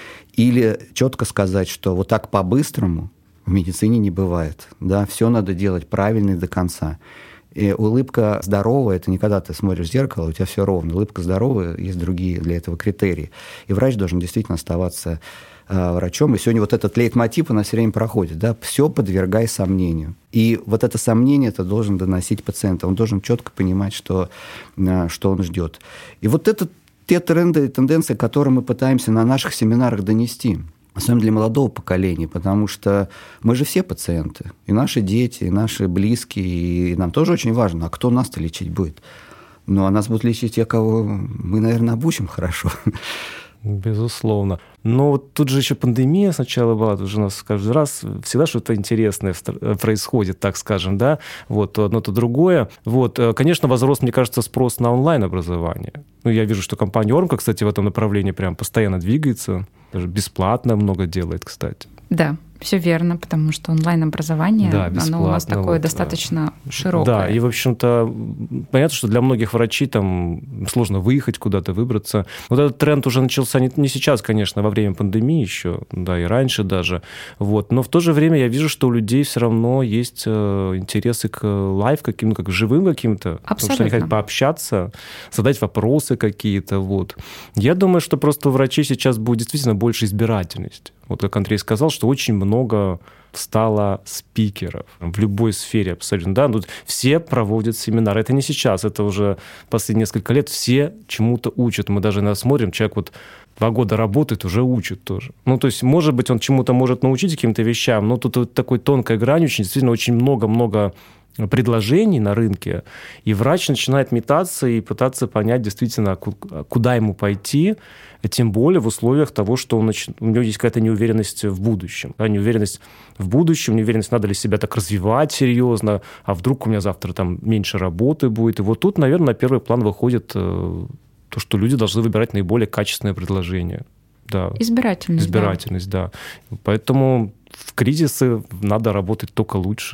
Или четко сказать, что вот так по-быстрому в медицине не бывает. Да, все надо делать правильно и до конца. И улыбка здоровая – это не когда ты смотришь в зеркало, у тебя все ровно. Улыбка здоровая, есть другие для этого критерии. И врач должен действительно оставаться врачом. И сегодня вот этот лейтмотив у нас все время проходит. Да? Все подвергай сомнению. И вот это сомнение это должен доносить пациенту. Он должен четко понимать, что он ждет. И вот это те тренды и тенденции, которые мы пытаемся на наших семинарах донести. Особенно для молодого поколения, потому что мы же все пациенты. И наши дети, и наши близкие. И нам тоже очень важно, а кто нас-то лечить будет? Ну, а нас будут лечить те, кого мы, наверное, обучим хорошо. Безусловно. Но вот тут же еще пандемия сначала была, тут же у нас каждый раз всегда что-то интересное происходит, так скажем, да, вот то одно, то другое. Вот, конечно, возрос, мне кажется, спрос на онлайн-образование. Ну, я вижу, что компания Ормка, кстати, в этом направлении прям постоянно двигается, даже бесплатно много делает, кстати. Да, все верно, потому что онлайн-образование, да, оно у нас такое вот, достаточно широкое. Да, и, в общем-то, понятно, что для многих врачей там сложно выехать куда-то, выбраться. Вот этот тренд уже начался не сейчас, конечно, во время пандемии еще, да, и раньше даже. Вот. Но в то же время я вижу, что у людей все равно есть интересы к лайв каким-то, как живым каким-то. Абсолютно. Потому что они хотят пообщаться, задать вопросы какие-то. Вот. Я думаю, что просто у врачей сейчас будет действительно больше избирательности. Вот как Андрей сказал, что очень много стало спикеров в любой сфере абсолютно. Да? Тут все проводят семинары. Это не сейчас, это уже последние несколько лет все чему-то учат. Мы даже смотрим, человек вот 2 года работает, уже учит тоже. Ну, то есть, может быть, он чему-то может научить каким-то вещам, но тут вот такой тонкая грань, очень, действительно, очень много предложений на рынке, и врач начинает метаться и пытаться понять действительно, куда ему пойти, тем более в условиях того, что у него есть какая-то неуверенность в будущем. Да, неуверенность в будущем, неуверенность, надо ли себя так развивать серьезно, а вдруг у меня завтра там меньше работы будет. И вот тут, наверное, на первый план выходит то, что люди должны выбирать наиболее качественное предложение. Да. Избирательность, да. Поэтому в кризисы надо работать только лучше.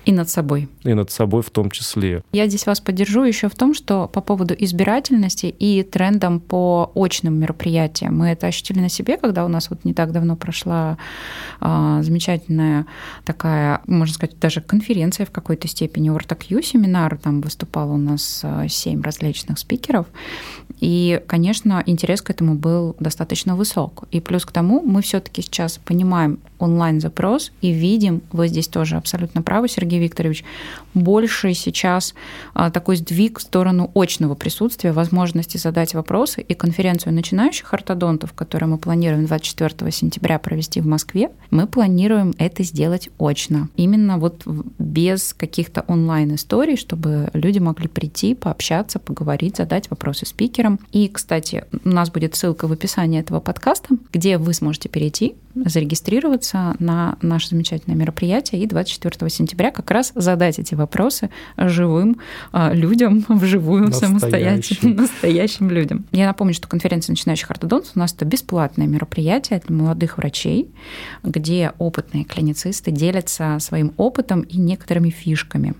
И над собой. И над собой в том числе. Я здесь вас поддержу еще в том, что по поводу избирательности и трендам по очным мероприятиям. Мы это ощутили на себе, когда у нас вот не так давно прошла замечательная такая, можно сказать, даже конференция в какой-то степени, OrtaQ семинар, там выступало у нас 7 различных спикеров. И, конечно, интерес к этому был достаточно высок. И плюс к тому мы все-таки сейчас понимаем онлайн-запрос и видим, вы здесь тоже абсолютно правы, Сергей Викторович, больше сейчас такой сдвиг в сторону очного присутствия, возможности задать вопросы. И конференцию начинающих ортодонтов, которую мы планируем 24 сентября провести в Москве, мы планируем это сделать очно. Именно вот без каких-то онлайн-историй, чтобы люди могли прийти, пообщаться, поговорить, задать вопросы спикерам. И, кстати, у нас будет ссылка в описании этого подкаста, где вы сможете перейти, зарегистрироваться на наше замечательное мероприятие и 24 сентября как раз задать эти вопросы живым людям, вживую, самостоятельно, настоящим людям. Я напомню, что конференция начинающих ортодонтов у нас это бесплатное мероприятие для молодых врачей, где опытные клиницисты делятся своим опытом и некоторыми фишками.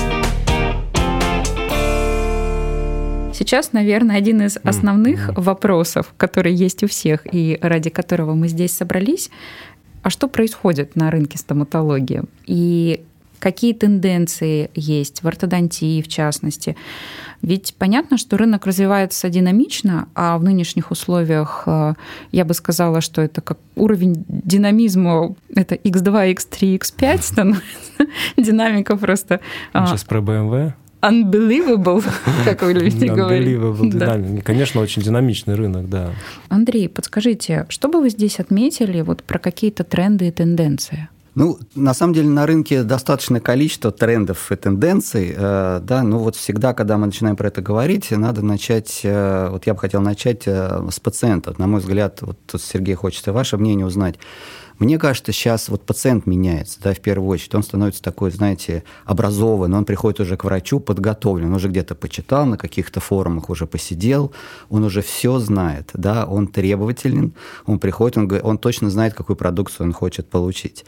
Сейчас, наверное, один из основных вопросов, который есть у всех и ради которого мы здесь собрались, а что происходит на рынке стоматологии? И какие тенденции есть в ортодонтии, в частности? Ведь понятно, что рынок развивается динамично, а в нынешних условиях я бы сказала, что это как уровень динамизма, это X2, X3, X5 становится. Динамика просто... Сейчас про BMW. Unbelievable, как вы любите говорить. Да. Конечно, очень динамичный рынок, да. Андрей, подскажите, что бы вы здесь отметили вот про какие-то тренды и тенденции? Ну, на самом деле на рынке достаточное количество трендов и тенденций, да, но вот всегда, когда мы начинаем про это говорить, надо начать, вот я бы хотел начать с пациента. На мой взгляд, вот тут, Сергей, хочется ваше мнение узнать. Мне кажется, сейчас вот пациент меняется, да, в первую очередь. Он становится такой, знаете, образованный, он приходит уже к врачу подготовлен, он уже где-то почитал, на каких-то форумах уже посидел, он уже все знает, да, он требователен, он приходит, он точно знает, какую продукцию он хочет получить.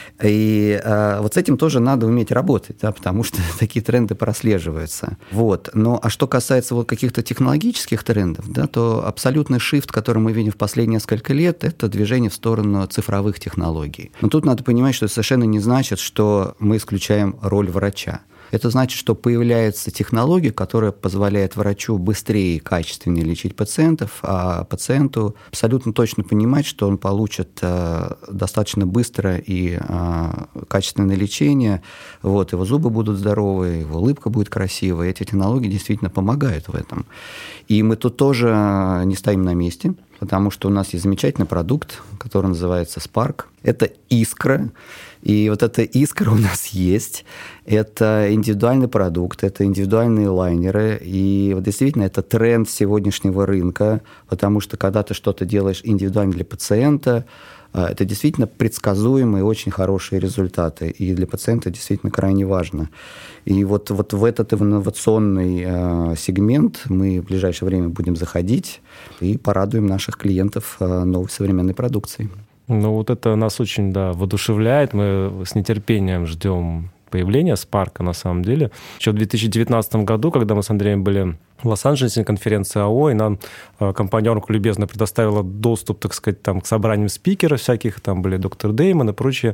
И вот с этим тоже надо уметь работать, да, потому что такие тренды прослеживаются. Вот. Но а что касается вот каких-то технологических трендов, да, то абсолютный шифт, который мы видим в последние несколько лет, это движение в сторону цифровых технологий. Но тут надо понимать, что это совершенно не значит, что мы исключаем роль врача. Это значит, что появляется технология, которая позволяет врачу быстрее и качественнее лечить пациентов, а пациенту абсолютно точно понимать, что он получит достаточно быстро и качественное лечение, вот, его зубы будут здоровые, его улыбка будет красивая. Эти технологии действительно помогают в этом. И мы тут тоже не стоим на месте, потому что у нас есть замечательный продукт, который называется Spark. Это искра. И вот эта искра у нас есть. Это индивидуальный продукт, это индивидуальные лайнеры. И вот действительно это тренд сегодняшнего рынка, потому что когда ты что-то делаешь индивидуально для пациента, это действительно предсказуемые, очень хорошие результаты. И для пациента действительно крайне важно. И вот в этот инновационный сегмент мы в ближайшее время будем заходить и порадуем наших клиентов новой современной продукцией. Ну, вот это нас очень, да, воодушевляет. Мы с нетерпением ждем появления Spark, на самом деле. Еще в 2019 году, когда мы с Андреем были в Лос-Анджелесе на конференции АО, и нам компания Орнко любезно предоставила доступ, так сказать, там, к собраниям спикеров всяких, там были доктор Деймон и прочие,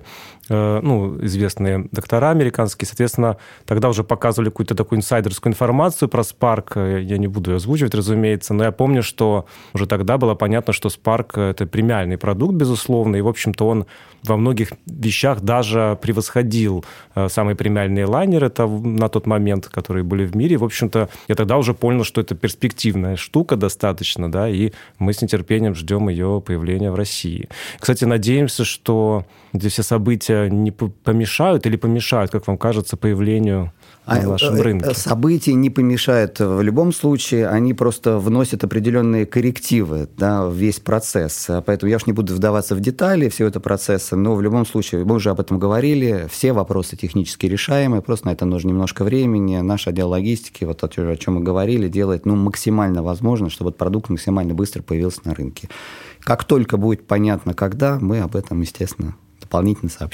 известные доктора американские. Соответственно, тогда уже показывали какую-то такую инсайдерскую информацию про Spark. Я не буду ее озвучивать, разумеется, но я помню, что уже тогда было понятно, что Spark — это премиальный продукт, безусловно, и, в общем-то, он во многих вещах даже превосходил самые премиальные лайнеры на тот момент, которые были в мире. В общем-то, я тогда уже понял, что это перспективная штука достаточно, да, и мы с нетерпением ждем ее появления в России. Кстати, надеемся, что эти все события не помешают или помешают, как вам кажется, появлению на нашем рынке? События не помешают в любом случае, они просто вносят определенные коррективы, да, в весь процесс. Поэтому я уж не буду вдаваться в детали всего этого процесса, но в любом случае, мы уже об этом говорили, все вопросы технически решаемые, просто на это нужно немножко времени. Наш отдел логистики, вот о чем мы говорили, делает максимально возможно, чтобы этот продукт максимально быстро появился на рынке. Как только будет понятно, когда, мы об этом, естественно, дополнительно сообщим.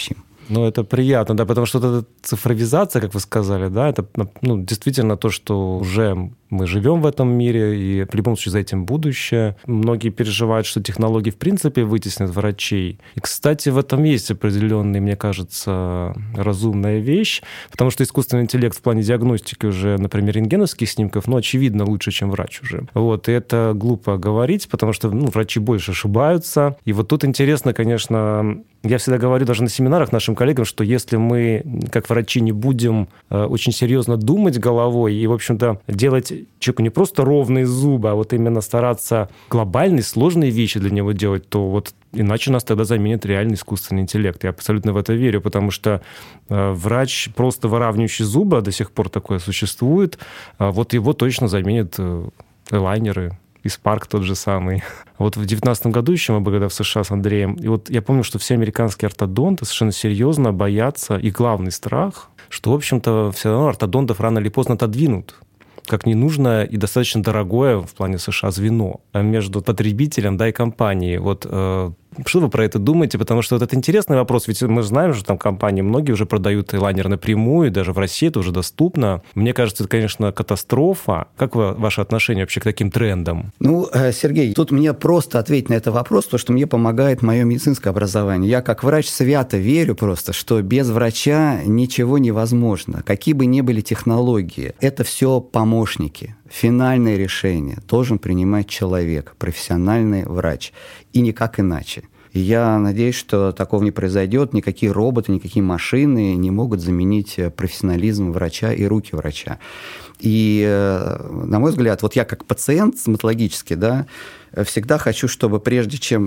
Ну, это приятно, да, потому что вот эта цифровизация, как вы сказали, да, это действительно то, что уже мы живем в этом мире, и в любом случае за этим будущее. Многие переживают, что технологии в принципе вытеснят врачей. И, кстати, в этом есть определенная, мне кажется, разумная вещь, потому что искусственный интеллект в плане диагностики уже, например, рентгеновских снимков, очевидно, лучше, чем врач уже. Вот, и это глупо говорить, потому что врачи больше ошибаются. И вот тут интересно, конечно, я всегда говорю даже на семинарах нашим коллегам, что если мы, как врачи, не будем очень серьезно думать головой и, в общем-то, делать человеку не просто ровные зубы, а вот именно стараться глобальные, сложные вещи для него делать, то вот иначе нас тогда заменит реальный искусственный интеллект. Я абсолютно в это верю, потому что врач, просто выравнивающий зубы, до сих пор такое существует, вот его точно заменят элайнеры. И Spark тот же самый. Вот в 2019 году еще мы были когда в США с Андреем, и вот я помню, что все американские ортодонты совершенно серьезно боятся, и главный страх, что, в общем-то, все равно ортодонтов рано или поздно отодвинут как ненужное и достаточно дорогое в плане США звено между потребителем, и компанией. Вот что вы про это думаете? Потому что вот это интересный вопрос, ведь мы знаем, что там компании многие уже продают элайнер напрямую, даже в России это уже доступно. Мне кажется, это, конечно, катастрофа. Как ваше отношение вообще к таким трендам? Сергей, тут мне просто ответить на этот вопрос, потому что мне помогает мое медицинское образование. Я как врач свято верю просто, что без врача ничего невозможно. Какие бы ни были технологии, это все помощники. Финальное решение должен принимать человек, профессиональный врач, и никак иначе. И я надеюсь, что такого не произойдет, никакие роботы, никакие машины не могут заменить профессионализм врача и руки врача. И, на мой взгляд, вот я как пациент стоматологический, всегда хочу, чтобы прежде чем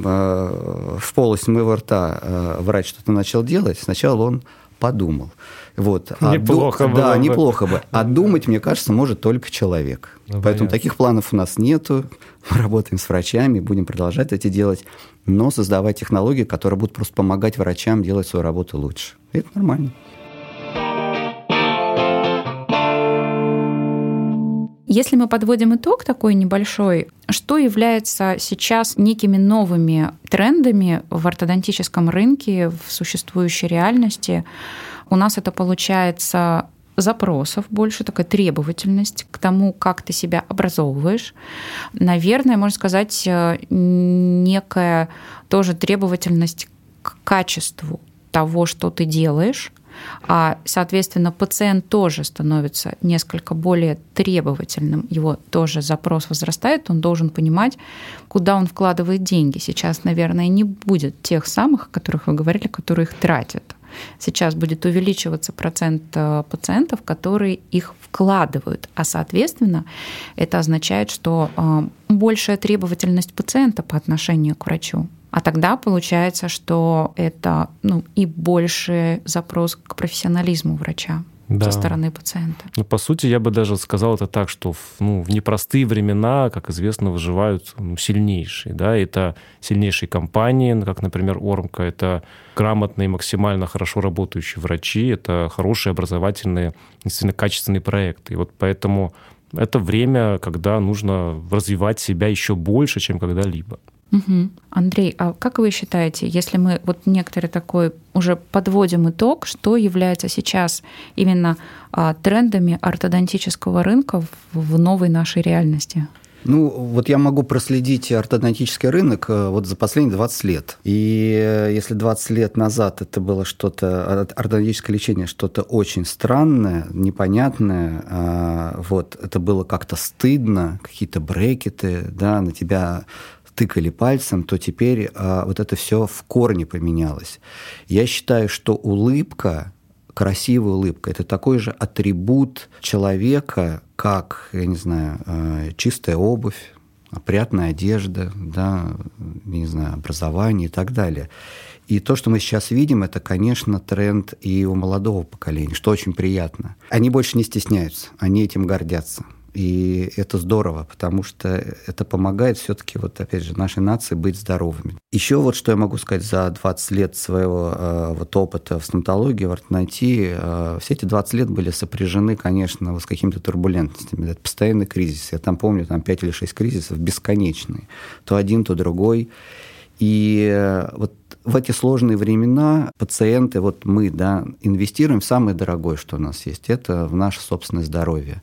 в полость моего рта врач что-то начал делать, сначала он подумал. Вот. Неплохо было бы. Неплохо бы. А думать, мне кажется, может только человек. Поэтому таких планов у нас нету. Мы работаем с врачами, будем продолжать это делать, но создавать технологии, которые будут просто помогать врачам делать свою работу лучше. И это нормально. Если мы подводим итог такой небольшой, что является сейчас некими новыми трендами в ортодонтическом рынке, в существующей реальности? У нас это получается запросов больше, такая требовательность к тому, как ты себя образовываешь. Наверное, можно сказать, некая тоже требовательность к качеству того, что ты делаешь. А, соответственно, пациент тоже становится несколько более требовательным, его тоже запрос возрастает, он должен понимать, куда он вкладывает деньги. Сейчас, наверное, не будет тех самых, о которых вы говорили, которые их тратят. Сейчас будет увеличиваться процент пациентов, которые их вкладывают, а, соответственно, это означает, что большая требовательность пациента по отношению к врачу. А тогда получается, что это и больший запрос к профессионализму врача со стороны пациента. По сути, я бы даже сказал это так, что в непростые времена, как известно, выживают сильнейшие. Да? Это сильнейшие компании, как, например, Ормка, это грамотные, максимально хорошо работающие врачи, это хорошие образовательные, действительно качественные проекты. И вот поэтому это время, когда нужно развивать себя еще больше, чем когда-либо. Угу. Андрей, а как вы считаете, если мы некоторый такой уже подводим итог, что является сейчас именно трендами ортодонтического рынка в новой нашей реальности? Я могу проследить ортодонтический рынок за последние 20 лет. И если 20 лет назад это было что-то, ортодонтическое лечение, что-то очень странное, непонятное, это было как-то стыдно, какие-то брекеты, на тебя тыкали пальцем, то теперь это все в корне поменялось. Я считаю, что улыбка, красивая улыбка, это такой же атрибут человека, как, чистая обувь, опрятная одежда, образование и так далее. И то, что мы сейчас видим, это, конечно, тренд и у молодого поколения, что очень приятно. Они больше не стесняются, они этим гордятся. И это здорово, потому что это помогает все-таки, опять же, нашей нации быть здоровыми. Еще что я могу сказать за 20 лет своего опыта в стоматологии, в ортодонтии. Все эти 20 лет были сопряжены, конечно, с какими-то турбулентностями. Это постоянный кризис. Я помню 5 или 6 кризисов бесконечные. То один, то другой. И вот в эти сложные времена пациенты, вот мы, да, инвестируем в самое дорогое, что у нас есть, это в наше собственное здоровье.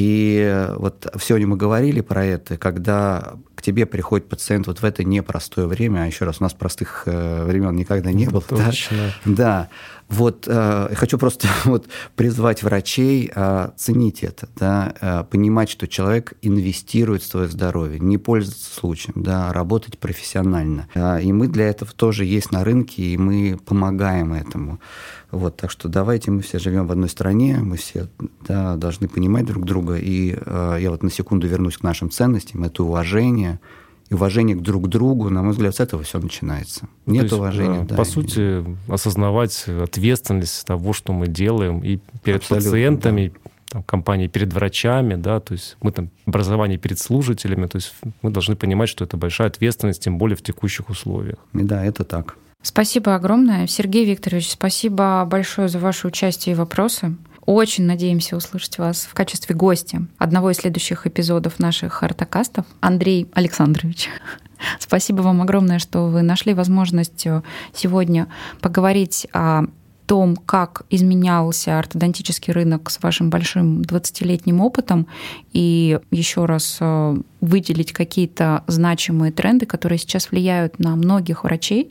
И вот сегодня мы говорили про это, когда к тебе приходит пациент вот в это непростое время, а еще раз, у нас простых времен никогда не было. Точно. Да. Вот я хочу просто вот призвать врачей ценить это, да, понимать, что человек инвестирует в свое здоровье, не пользоваться случаем, да, работать профессионально. И мы для этого тоже есть на рынке, и мы помогаем этому. Вот, так что давайте мы все живем в одной стране, мы все, да, должны понимать друг друга. И я вот на секунду вернусь к нашим ценностям, это уважение. И уважение друг к другу, на мой взгляд, с этого все начинается. Нет уважения. Да, по сути, осознавать ответственность того, что мы делаем, и перед пациентами, да. Компанией, перед врачами, да, то есть мы там образование перед слушателями, то есть мы должны понимать, что это большая ответственность, тем более в текущих условиях. И да, это так. Спасибо огромное. Сергей Викторович, спасибо большое за ваше участие и вопросы. Очень надеемся услышать вас в качестве гостя одного из следующих эпизодов наших хартакастов. Андрей Александрович, спасибо вам огромное, что вы нашли возможность сегодня поговорить о том, как изменялся ортодонтический рынок с вашим большим 20-летним опытом, и еще раз выделить какие-то значимые тренды, которые сейчас влияют на многих врачей.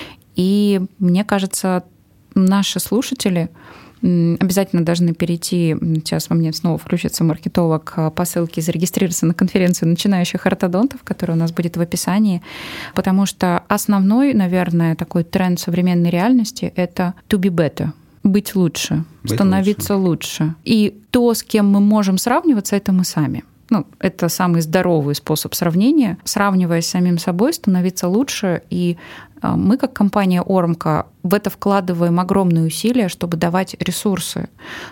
И мне кажется, наши слушатели обязательно должны перейти, сейчас во мне снова включится маркетолог, по ссылке зарегистрироваться на конференцию начинающих ортодонтов, которая у нас будет в описании, потому что основной, наверное, такой тренд современной реальности — это to be better, быть лучше, становиться лучше. И то, с кем мы можем сравниваться, это мы сами. Это самый здоровый способ сравнения. Сравниваясь с самим собой, становиться лучше. И мы, как компания Ормка, в это вкладываем огромные усилия, чтобы давать ресурсы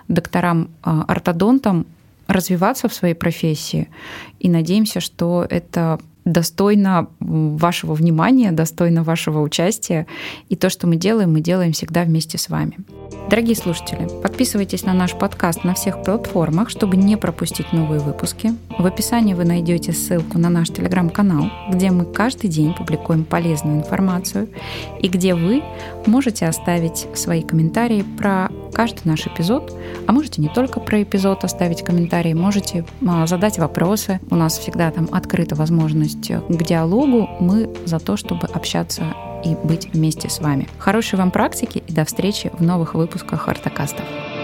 докторам-ортодонтам развиваться в своей профессии. И надеемся, что это достойно вашего внимания, достойно вашего участия. И то, что мы делаем всегда вместе с вами. Дорогие слушатели, подписывайтесь на наш подкаст на всех платформах, чтобы не пропустить новые выпуски. В описании вы найдете ссылку на наш телеграм-канал, где мы каждый день публикуем полезную информацию и где вы можете оставить свои комментарии про каждый наш эпизод, а можете не только про эпизод оставить комментарии, можете задать вопросы. У нас всегда там открыта возможность к диалогу. Мы за то, чтобы общаться и быть вместе с вами. Хорошей вам практики и до встречи в новых выпусках Ортокастов.